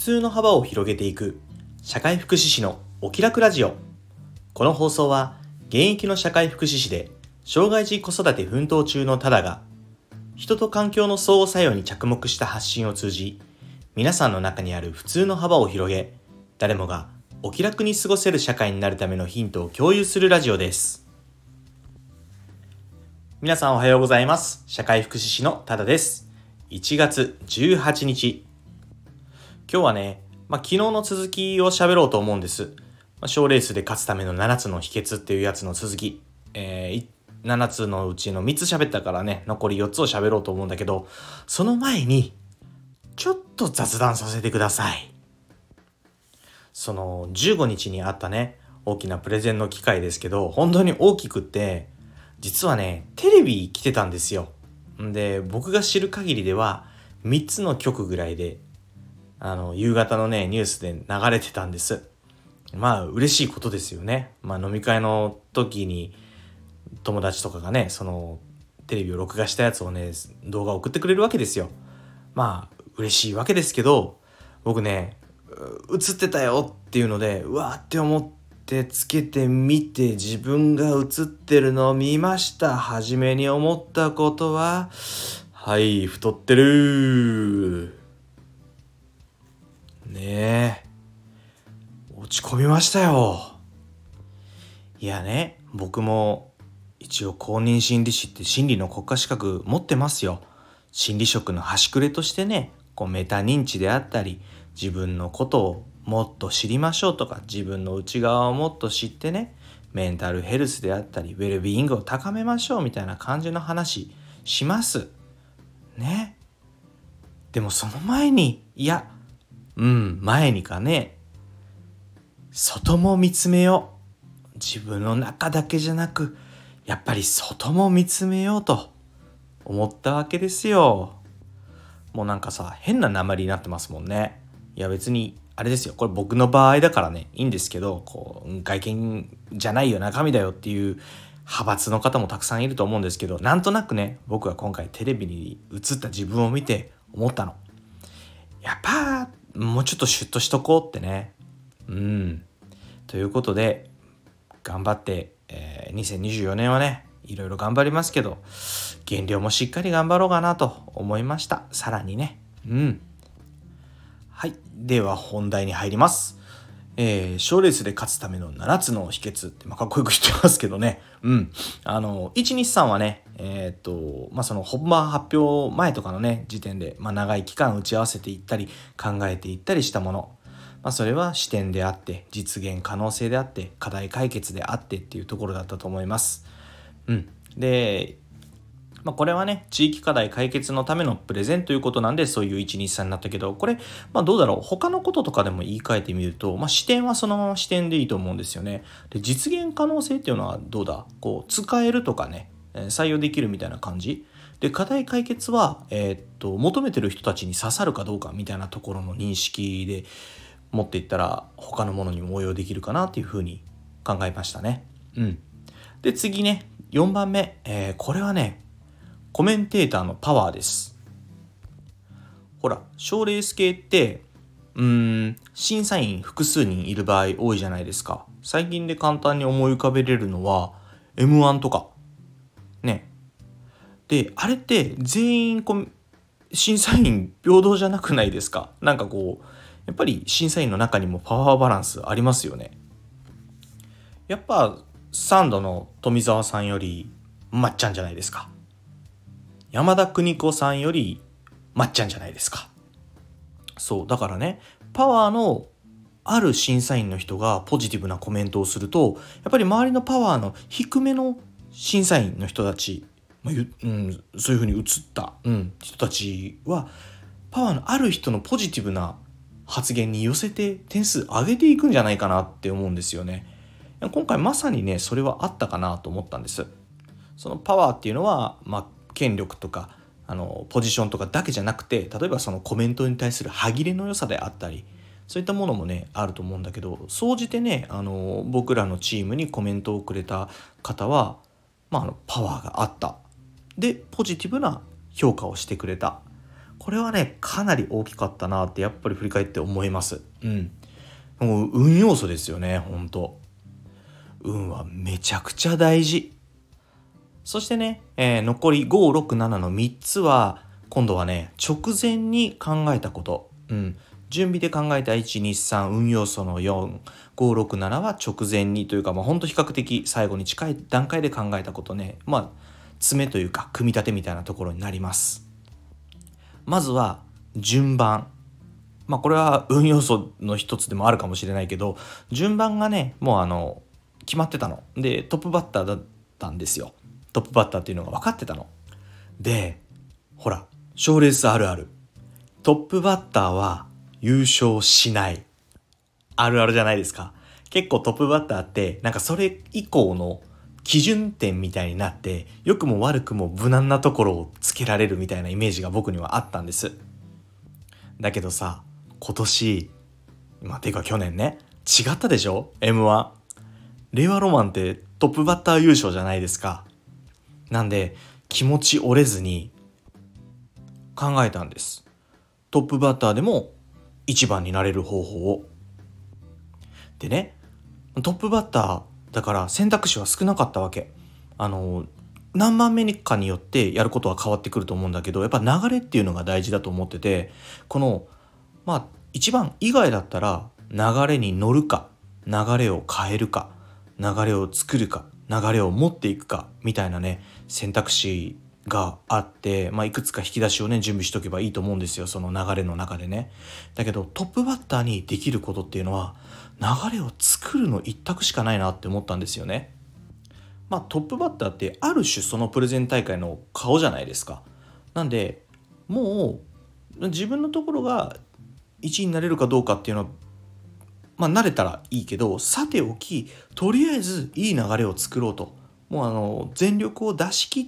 通の幅を広げていく社会福祉士のお気楽ラジオ。この放送は現役の社会福祉士で障害児子育て奮闘中のタダが人と環境の相互作用に着目した発信を通じ、皆さんの中にある普通の幅を広げ、誰もがお気楽に過ごせる社会になるためのヒントを共有するラジオです。皆さんおはようございます。社会福祉士のタダです。1月18日。今日はね、昨日の続きを喋ろうと思うんです。賞レースで勝つための7つの秘訣っていうやつの続き。7つのうちの3つ喋ったからね、残り4つを喋ろうと思うんだけど、その前に、ちょっと雑談させてください。その15日にあったね、大きなプレゼンの機会ですけど、本当に大きくって、実はね、テレビ来てたんですよ。で、僕が知る限りでは、3つの局ぐらいで、夕方のね、ニュースで流れてたんです。嬉しいことですよね。飲み会の時に、友達とかがね、その、テレビを録画したやつをね、動画を送ってくれるわけですよ。嬉しいわけですけど、僕ね、映ってたよっていうので、うわーって思ってつけてみて、自分が映ってるのを見ました。初めに思ったことは、はい、太ってるねえ、落ち込みましたよ。いやね、僕も一応公認心理師って心理の国家資格持ってますよ。心理職の端くれとしてね、メタ認知であったり、自分のことをもっと知りましょうとか、自分の内側をもっと知ってね、メンタルヘルスであったり、ウェルビーイングを高めましょうみたいな感じの話しますね。でもその前に、前にかね、外も見つめよう。自分の中だけじゃなく、やっぱり外も見つめようと思ったわけですよ。もうなんかさ、変な訛りになってますもんね。いや別に、あれですよ。これ僕の場合だからね、いいんですけど、外見じゃないよ、中身だよっていう派閥の方もたくさんいると思うんですけど、なんとなくね、僕は今回テレビに映った自分を見て思ったの。やっぱ、もうちょっとシュッとしとこうってね。ということで、頑張って、2024年はね、いろいろ頑張りますけど、減量もしっかり頑張ろうかなと思いました。さらにね。はい。では本題に入ります。賞レースで勝つための7つの秘訣って、かっこよく言ってますけどね。1、2、3はね、その本番発表前とかのね、時点で、長い期間打ち合わせていったり、考えていったりしたもの。それは視点であって、実現可能性であって、課題解決であってっていうところだったと思います。で、これはね、地域課題解決のためのプレゼンということなんで、そういう1、2、3になったけど、これ、どうだろう。他のこととかでも言い換えてみると、視点はそのまま視点でいいと思うんですよね。で、実現可能性っていうのはどうだ？使えるとかね、採用できるみたいな感じ。で、課題解決は、求めてる人たちに刺さるかどうかみたいなところの認識で持っていったら、他のものにも応用できるかなっていうふうに考えましたね。で、次ね、4番目。これはね、コメンテーターのパワーです。ほら、賞レース系って、審査員複数人いる場合多いじゃないですか。最近で簡単に思い浮かべれるのは M1 とか。ね。で、あれって全員審査員平等じゃなくないですか？やっぱり審査員の中にもパワーバランスありますよね。やっぱサンドの富澤さんよりまっちゃんじゃないですか。山田邦子さんよりまっちゃんじゃないですか。そう、だからね、パワーのある審査員の人がポジティブなコメントをすると、やっぱり周りのパワーの低めの審査員の人たち、そういう風に映った、人たちは、パワーのある人のポジティブな発言に寄せて点数上げていくんじゃないかなって思うんですよね。今回まさにね、それはあったかなと思ったんです。そのパワーっていうのは、権力とかポジションとかだけじゃなくて、例えばそのコメントに対する歯切れの良さであったり、そういったものもねあると思うんだけど、総じてね僕らのチームにコメントをくれた方は、パワーがあった。でポジティブな評価をしてくれた。 これはねかなり大きかったなってやっぱり振り返って思います。もう運要素ですよね。本当運はめちゃくちゃ大事。そしてね、残り5、6、7の3つは今度はね直前に考えたこと、準備で考えた1、2、3運要素の4、5、6、7は直前にというか、本当比較的最後に近い段階で考えたことね、詰めというか組み立てみたいなところになります。まずは順番。これは運要素の一つでもあるかもしれないけど、順番がねもう決まってたので、トップバッターだったんですよ。トップバッターっていうのが分かってたので、ほら賞レースあるある、トップバッターは優勝しない、あるあるじゃないですか。結構トップバッターってなんかそれ以降の基準点みたいになって、良くも悪くも無難なところをつけられるみたいなイメージが僕にはあったんです。だけどさ、今年ていうか去年ね、違ったでしょ M1。 令和ロマンってトップバッター優勝じゃないですか。なんで気持ち折れずに考えたんです。トップバッターでも一番になれる方法を。でね、トップバッターだから選択肢は少なかったわけ。何番目かによってやることは変わってくると思うんだけど、やっぱ流れっていうのが大事だと思ってて、この1番以外だったら流れに乗るか、流れを変えるか、流れを作るか、流れを持っていくかみたいなね選択肢があって、いくつか引き出しをね準備しとけばいいと思うんですよ、その流れの中でね。だけどトップバッターにできることっていうのは流れを作るの一択しかないなって思ったんですよね。トップバッターってある種そのプレゼン大会の顔じゃないですか。なんでもう自分のところが1位になれるかどうかっていうのは慣れたらいいけど、さておきとりあえずいい流れを作ろうと、もう全力を出し切って、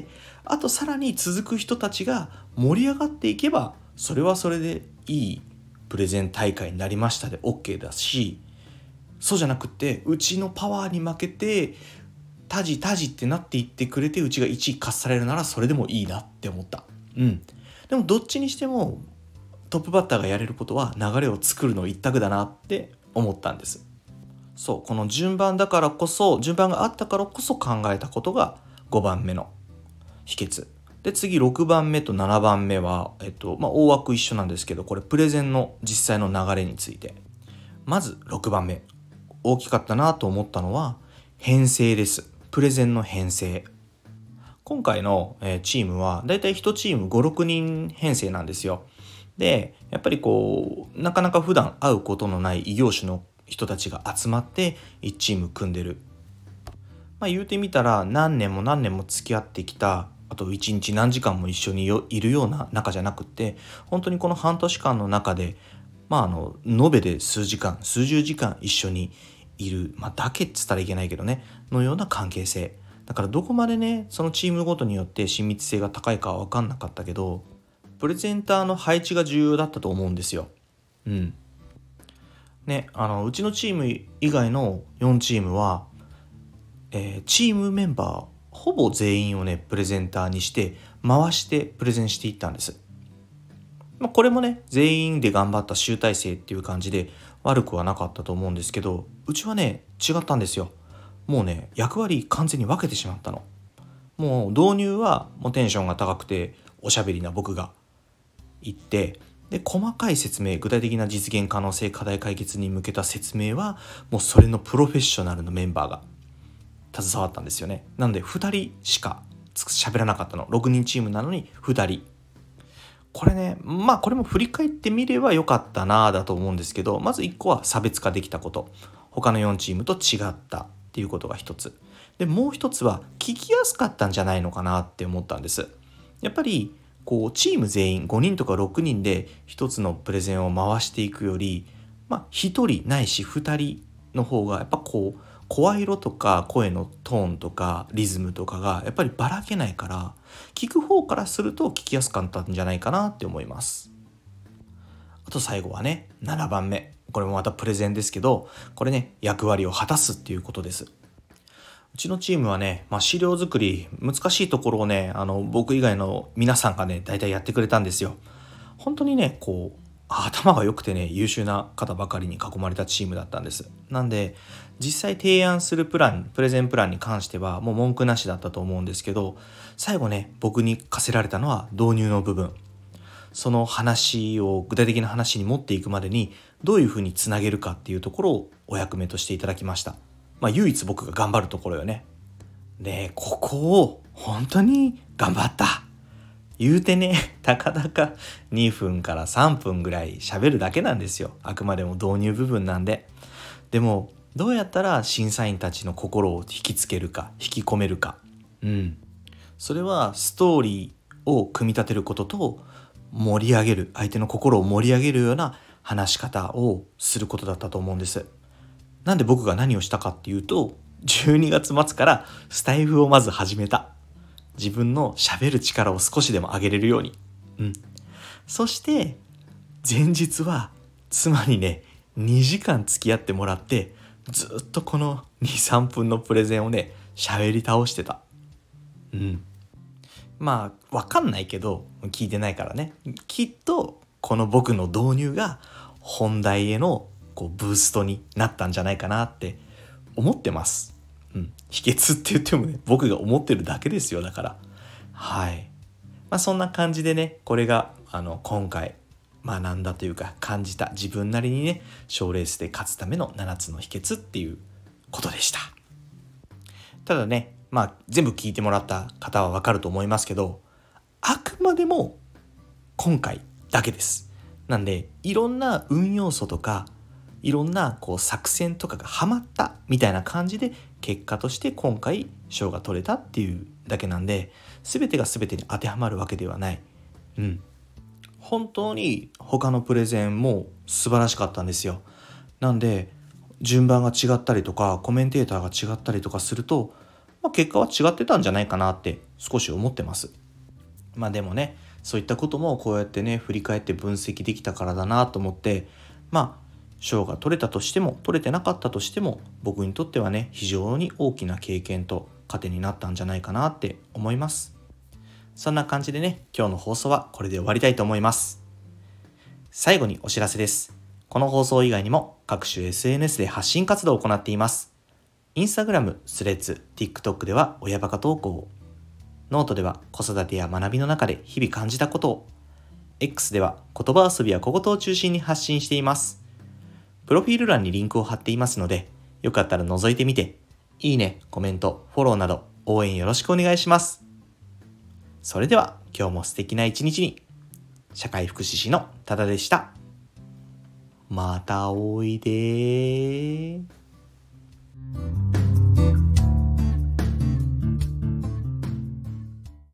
あとさらに続く人たちが盛り上がっていけば、それはそれでいいプレゼン大会になりましたで OK だし、そうじゃなくってうちのパワーに負けてタジってなっていってくれて、うちが1位勝されるならそれでもいいなって思った。でもどっちにしてもトップバッターがやれることは流れを作るの一択だなって思ったんです。そう、この順番だからこそ、順番があったからこそ考えたことが5番目の秘訣で、次6番目と7番目は大枠一緒なんですけど、これプレゼンの実際の流れについて。まず6番目大きかったなと思ったのは編成です。プレゼンの編成。今回のチームはだいたい1チーム5、6人編成なんですよ。でやっぱりなかなか普段会うことのない異業種の人たちが集まって1チーム組んでる。言うてみたら何年も何年も付き合ってきた、あと1日何時間も一緒にいるような仲じゃなくって、本当にこの半年間の中で延べで数十時間一緒にいる、だけっつったらいけないけどねのような関係性だから、どこまでねそのチームごとによって親密性が高いかは分かんなかったけど、プレゼンターの配置が重要だったと思うんですよ。うちのチーム以外の4チームは、チームメンバーほぼ全員をねプレゼンターにして回してプレゼンしていったんです。これもね全員で頑張った集大成っていう感じで悪くはなかったと思うんですけど、うちはね違ったんですよ。もうね役割完全に分けてしまったの。もう導入はもうテンションが高くておしゃべりな僕が行って、で細かい説明、具体的な実現可能性、課題解決に向けた説明はもうそれのプロフェッショナルのメンバーが携わったんですよね。なので2人しか喋らなかったの。6人チームなのに2人。これねこれも振り返ってみればよかったなだと思うんですけど、まず1個は差別化できたこと、他の4チームと違ったっていうことが1つで、もう1つは聞きやすかったんじゃないのかなって思ったんです。やっぱりチーム全員5人とか6人で1つのプレゼンを回していくより、1人ないし2人の方がやっぱ声色とか声のトーンとかリズムとかがやっぱりばらけないから、聞く方からすると聞きやすかったんじゃないかなって思います。あと最後はね7番目、これもまたプレゼンですけど、これね役割を果たすっていうことです。うちのチームはね、資料作り難しいところをね僕以外の皆さんがね大体やってくれたんですよ。 本当にね、こう、頭が良くてね、優秀な方ばかりに囲まれたチームだったんです。なんで、実際提案するプレゼンプランに関してはもう文句なしだったと思うんですけど、最後ね、僕に課せられたのは導入の部分。その話を具体的な話に持っていくまでにどういうふうにつなげるかっていうところをお役目としていただきました。唯一僕が頑張るところよね。で、ここを本当に頑張った。言うてね、たかだか2分から3分ぐらい喋るだけなんですよ。あくまでも導入部分なんで。でも、どうやったら審査員たちの心を引きつけるか、引き込めるか。それはストーリーを組み立てることと、盛り上げる、相手の心を盛り上げるような話し方をすることだったと思うんです。なんで僕が何をしたかっていうと、12月末からスタイフをまず始めた。自分の喋る力を少しでも上げれるように。そして前日は妻にね、2時間付き合ってもらって、ずっとこの2、3分のプレゼンをね、喋り倒してた。わかんないけど、聞いてないからね。きっとこの僕の導入が本題へのブーストになったんじゃないかなって思ってます。秘訣って言ってもね、僕が思ってるだけですよ。だからはい。そんな感じでね、これが今回学んだというか感じた、自分なりにね、賞レースで勝つための7つの秘訣っていうことでした。ただね、全部聞いてもらった方はわかると思いますけど、あくまでも今回だけです。なんで、いろんな運要素とか、いろんな作戦とかがハマったみたいな感じで、結果として今回賞が取れたっていうだけなんで、全てが全てに当てはまるわけではない。本当に他のプレゼンも素晴らしかったんですよ。なんで、順番が違ったりとか、コメンテーターが違ったりとかすると、結果は違ってたんじゃないかなって少し思ってます。でもね、そういったこともこうやってね、振り返って分析できたからだなと思って、賞が取れたとしても取れてなかったとしても、僕にとってはね、非常に大きな経験と糧になったんじゃないかなって思います。そんな感じでね、今日の放送はこれで終わりたいと思います。最後にお知らせです。この放送以外にも各種 SNS で発信活動を行っています。インスタグラム、スレッズ、TikTok では親バカ投稿を、ノートでは子育てや学びの中で日々感じたことを、X では言葉遊びや小言を中心に発信しています。プロフィール欄にリンクを貼っていますので、よかったら覗いてみて、いいね、コメント、フォローなど応援よろしくお願いします。それでは今日も素敵な一日に。社会福祉士の多田でした。またおいでー。